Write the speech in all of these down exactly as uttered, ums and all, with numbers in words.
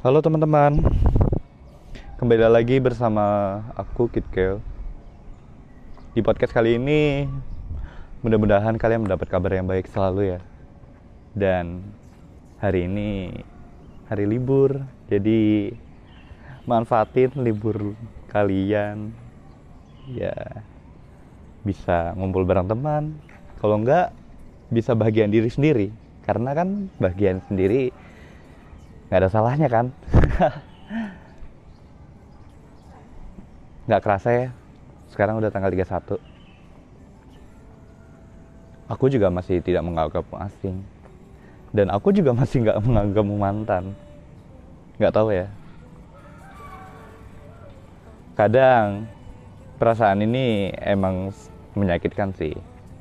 Halo teman-teman, kembali lagi bersama aku Kitkeo. Di podcast kali ini, mudah-mudahan kalian mendapat kabar yang baik selalu ya. Dan hari ini hari libur, jadi manfaatin libur kalian. Ya, bisa ngumpul bareng teman. Kalau enggak, bisa bahagian diri sendiri. Karena kan bahagian sendiri nggak ada salahnya kan. Nggak kerasa ya, sekarang udah tanggal tiga puluh satu. Aku juga masih tidak menganggapmu asing. Dan aku juga masih nggak menganggapmu mantan. Nggak tahu ya. Kadang perasaan ini emang menyakitkan sih.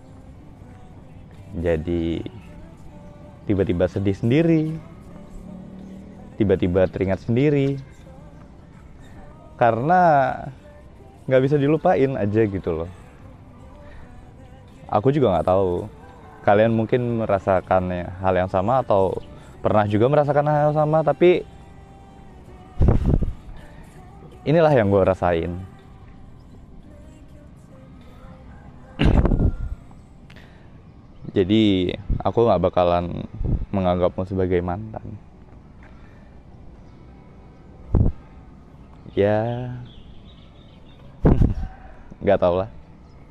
Jadi tiba-tiba sedih sendiri, tiba-tiba teringat sendiri, karena nggak bisa dilupain aja gitu loh. Aku juga nggak tahu kalian mungkin merasakan hal yang sama atau pernah juga merasakan hal yang sama, tapi inilah yang gue rasain. Jadi aku nggak bakalan menganggapmu sebagai mantan. Ya, nggak tau lah.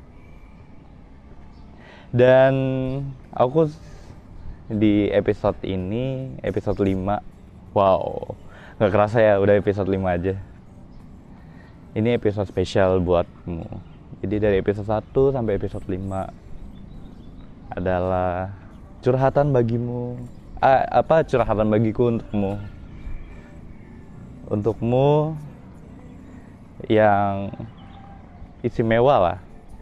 Dan aku di episode ini, episode lima. Wow, nggak kerasa ya udah episode lima aja. Ini episode spesial buatmu. Jadi dari episode satu sampai episode lima adalah curhatan bagimu. Ah, apa curhatan bagiku untukmu. Untukmu yang istimewa lah.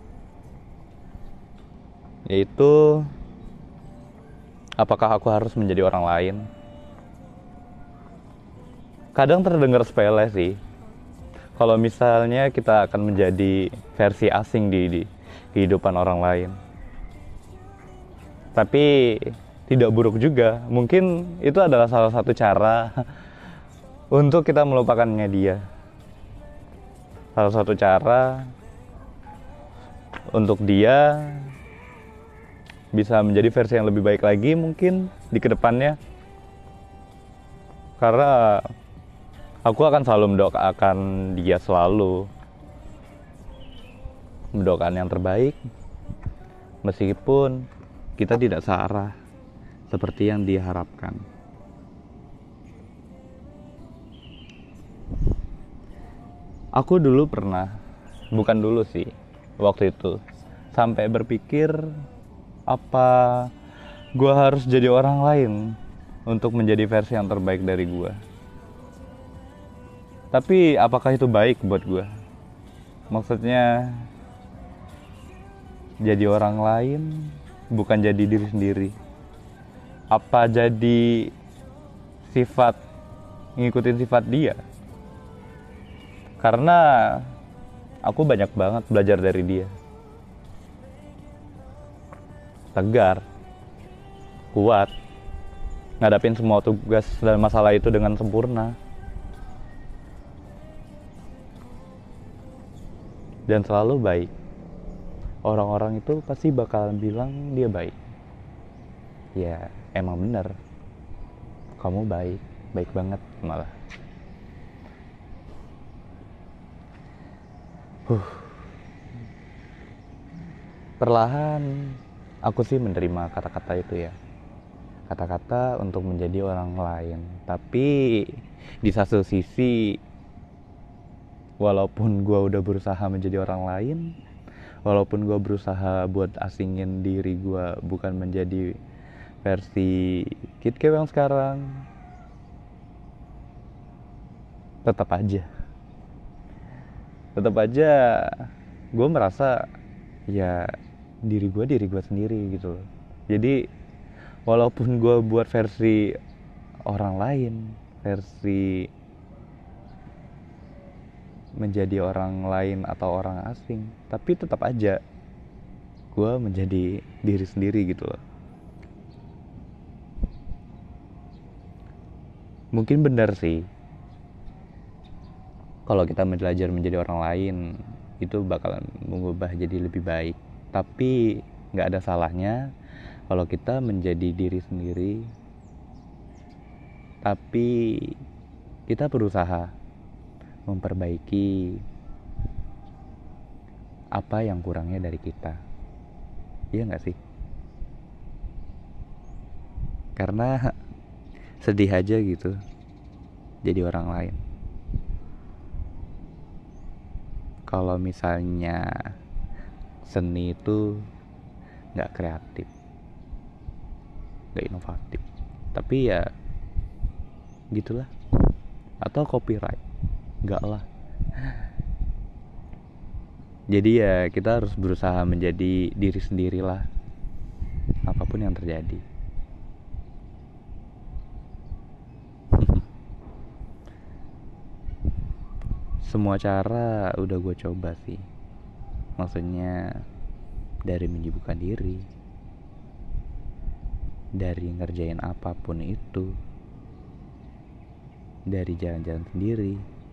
Yaitu, apakah aku harus menjadi orang lain? Kadang terdengar sepele sih. Kalau misalnya kita akan menjadi versi asing di, di kehidupan orang lain. Tapi tidak buruk juga. Mungkin itu adalah salah satu cara untuk kita melupakannya dia. Salah satu cara untuk dia bisa menjadi versi yang lebih baik lagi mungkin di kedepannya. Karena aku akan selalu mendoakan dia, selalu mendoakan yang terbaik, meskipun kita tidak searah seperti yang dia harapkan. Aku dulu pernah, bukan dulu sih, waktu itu sampai berpikir, apa gue harus jadi orang lain untuk menjadi versi yang terbaik dari gue. Tapi apakah itu baik buat gue? Maksudnya jadi orang lain bukan jadi diri sendiri. Apa jadi sifat, ngikutin sifat dia? Karena aku banyak banget belajar dari dia. Tegar, kuat, ngadapin semua tugas dan masalah itu dengan sempurna. Dan selalu baik. Orang-orang itu pasti bakalan bilang dia baik. Ya, emang bener. Kamu baik, baik banget malah. Huh. Perlahan aku sih menerima kata-kata itu ya. Kata-kata untuk menjadi orang lain. Tapi di satu sisi, walaupun gue udah berusaha menjadi orang lain, walaupun gue berusaha buat asingin diri gue bukan menjadi versi Kitkeo yang sekarang, tetap aja tetap aja gue merasa ya diri gue diri gue sendiri gitu loh. Jadi walaupun gue buat versi orang lain, versi menjadi orang lain atau orang asing, tapi tetap aja gue menjadi diri sendiri gitu loh. Mungkin benar sih, kalau kita belajar menjadi orang lain itu bakalan mengubah jadi lebih baik. Tapi nggak ada salahnya kalau kita menjadi diri sendiri, tapi kita berusaha memperbaiki apa yang kurangnya dari kita. Iya nggak sih? Karena sedih aja gitu jadi orang lain kalau misalnya seni itu nggak kreatif, nggak inovatif, tapi ya gitulah. Atau copyright, nggak lah. Jadi ya kita harus berusaha menjadi diri sendirilah apapun yang terjadi. Semua cara udah gue coba sih. Maksudnya dari menyibukkan diri, dari ngerjain apapun itu, dari jalan-jalan sendiri.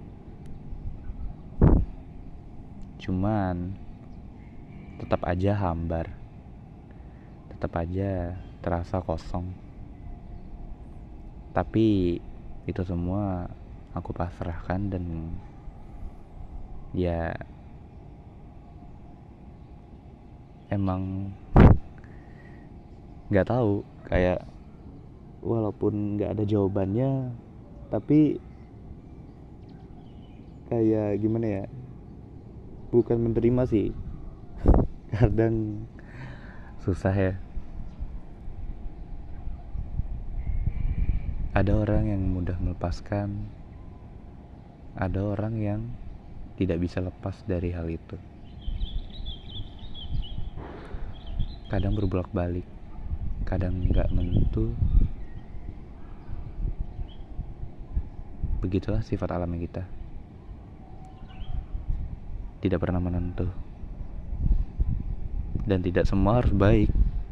Cuman tetap aja hambar, tetap aja terasa kosong. Tapi itu semua aku pasrahkan dan ya emang nggak tahu, kayak walaupun nggak ada jawabannya tapi kayak gimana ya, bukan menerima sih, kadang susah ya. Ada orang yang mudah melepaskan, ada orang yang tidak bisa lepas dari hal itu. Kadang berbolak-balik, kadang nggak menentu. Begitulah sifat alami kita, tidak pernah menentu, dan tidak semua harus baik.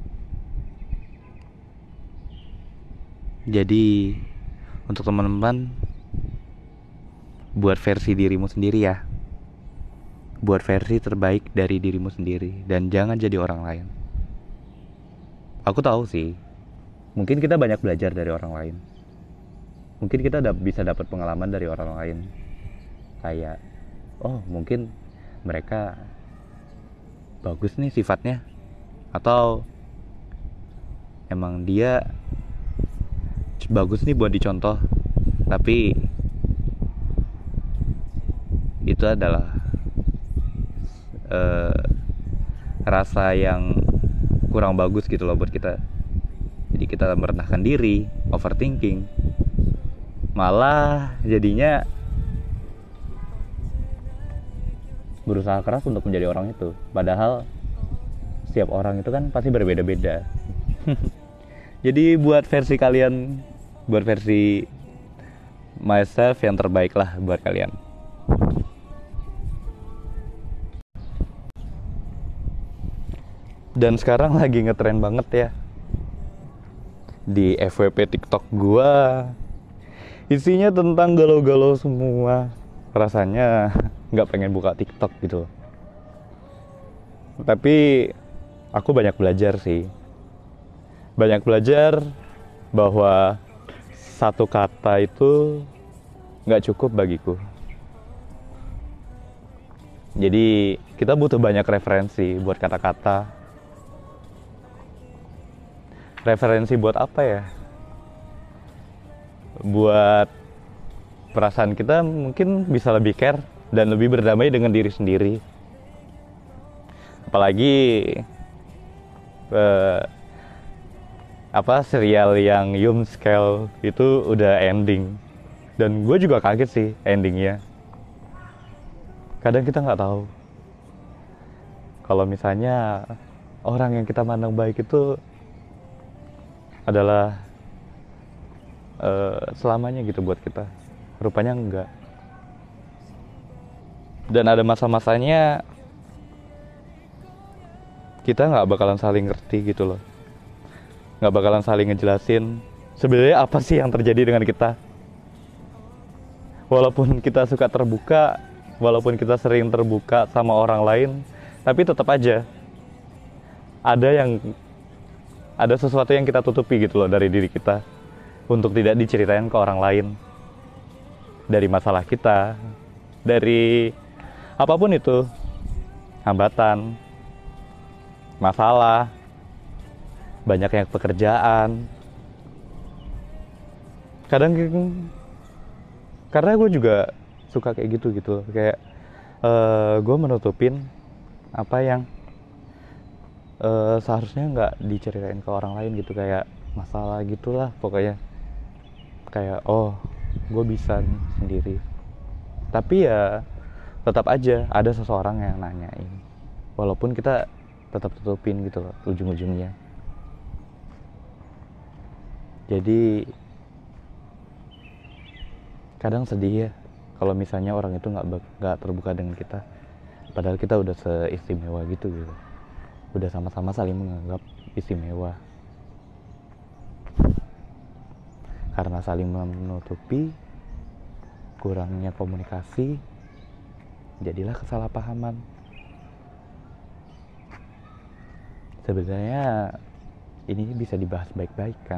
Jadi untuk teman-teman, buat versi dirimu sendiri ya, buat versi terbaik dari dirimu sendiri, dan jangan jadi orang lain. Aku tahu sih, mungkin kita banyak belajar dari orang lain, mungkin kita da- bisa dapat pengalaman dari orang lain, kayak oh mungkin mereka bagus nih sifatnya, atau emang dia bagus nih buat dicontoh. Tapi itu adalah uh, rasa yang kurang bagus gitu loh buat kita. Jadi kita merendahkan diri, overthinking, malah jadinya berusaha keras untuk menjadi orang itu. Padahal setiap orang itu kan pasti berbeda-beda. Jadi buat versi kalian, buat versi myself yang terbaik lah buat kalian. Dan sekarang lagi ngetren banget ya di F Y P TikTok gua, isinya tentang galau-galau semua. Rasanya nggak pengen buka TikTok gitu. Tapi aku banyak belajar sih, banyak belajar bahwa satu kata itu nggak cukup bagiku. Jadi kita butuh banyak referensi buat kata-kata. Referensi buat apa ya? Buat perasaan kita mungkin bisa lebih care dan lebih berdamai dengan diri sendiri. Apalagi eh, apa serial yang Yum Scale itu udah ending, dan gue juga kaget sih endingnya. Kadang kita nggak tahu kalau misalnya orang yang kita pandang baik itu adalah uh, selamanya gitu buat kita. Rupanya enggak. Dan ada masa-masanya kita nggak bakalan saling ngerti gitu loh, nggak bakalan saling ngejelasin sebenarnya apa sih yang terjadi dengan kita. walaupun kita suka terbuka, walaupun kita sering terbuka sama orang lain, tapi tetap aja ada yang ada sesuatu yang kita tutupi gitu loh dari diri kita untuk tidak diceritain ke orang lain. Dari masalah kita, dari apapun itu, hambatan, masalah, banyaknya pekerjaan. Kadang karena gue juga suka kayak gitu gitu loh. Kayak uh, gue menutupin apa yang uh, seharusnya nggak diceritain ke orang lain gitu, kayak masalah gitulah pokoknya. Kayak oh gue bisa nih sendiri, tapi ya tetap aja ada seseorang yang nanyain, walaupun kita tetap tutupin gitu loh ujung-ujungnya. Jadi kadang sedih ya kalau misalnya orang itu nggak nggak terbuka dengan kita, padahal kita udah seistimewa gitu gitu, udah sama-sama saling menganggap istimewa. Karena saling menutupi, kurangnya komunikasi, jadilah kesalahpahaman. Sebenarnya ini bisa dibahas baik-baik kan.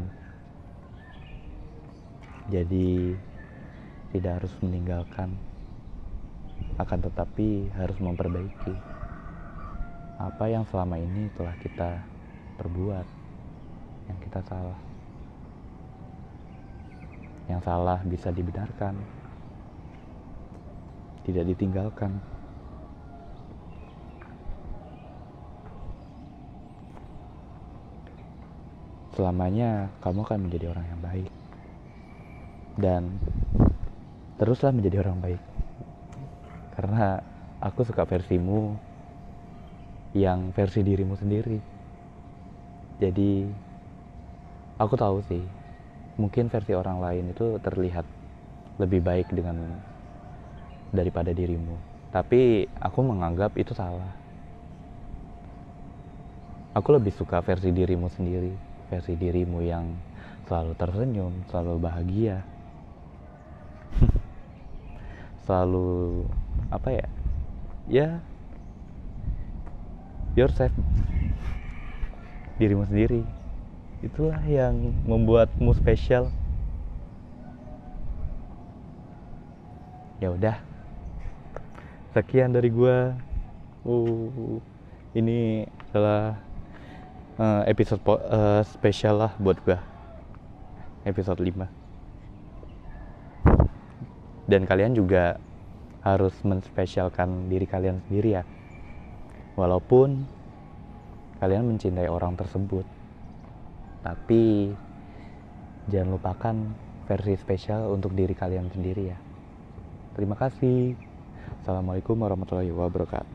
Jadi tidak harus meninggalkan, akan tetapi harus memperbaiki apa yang selama ini telah kita perbuat, yang kita salah. Yang salah bisa dibenarkan, tidak ditinggalkan. Selamanya kamu akan menjadi orang yang baik, dan teruslah menjadi orang baik, karena aku suka versimu yang versi dirimu sendiri. Jadi aku tahu sih, mungkin versi orang lain itu terlihat lebih baik dengan daripada dirimu, tapi aku menganggap itu salah. Aku lebih suka versi dirimu sendiri, versi dirimu yang selalu tersenyum, selalu bahagia, selalu apa ya, ya yourself, dirimu sendiri. Itulah yang membuatmu spesial. Ya udah, sekian dari gua. Uh, ini adalah uh, episode po- uh, spesial lah buat gua, episode lima. Dan kalian juga harus menspesialkan diri kalian sendiri ya. Walaupun kalian mencintai orang tersebut, tapi jangan lupakan versi spesial untuk diri kalian sendiri ya. Terima kasih. Assalamualaikum warahmatullahi wabarakatuh.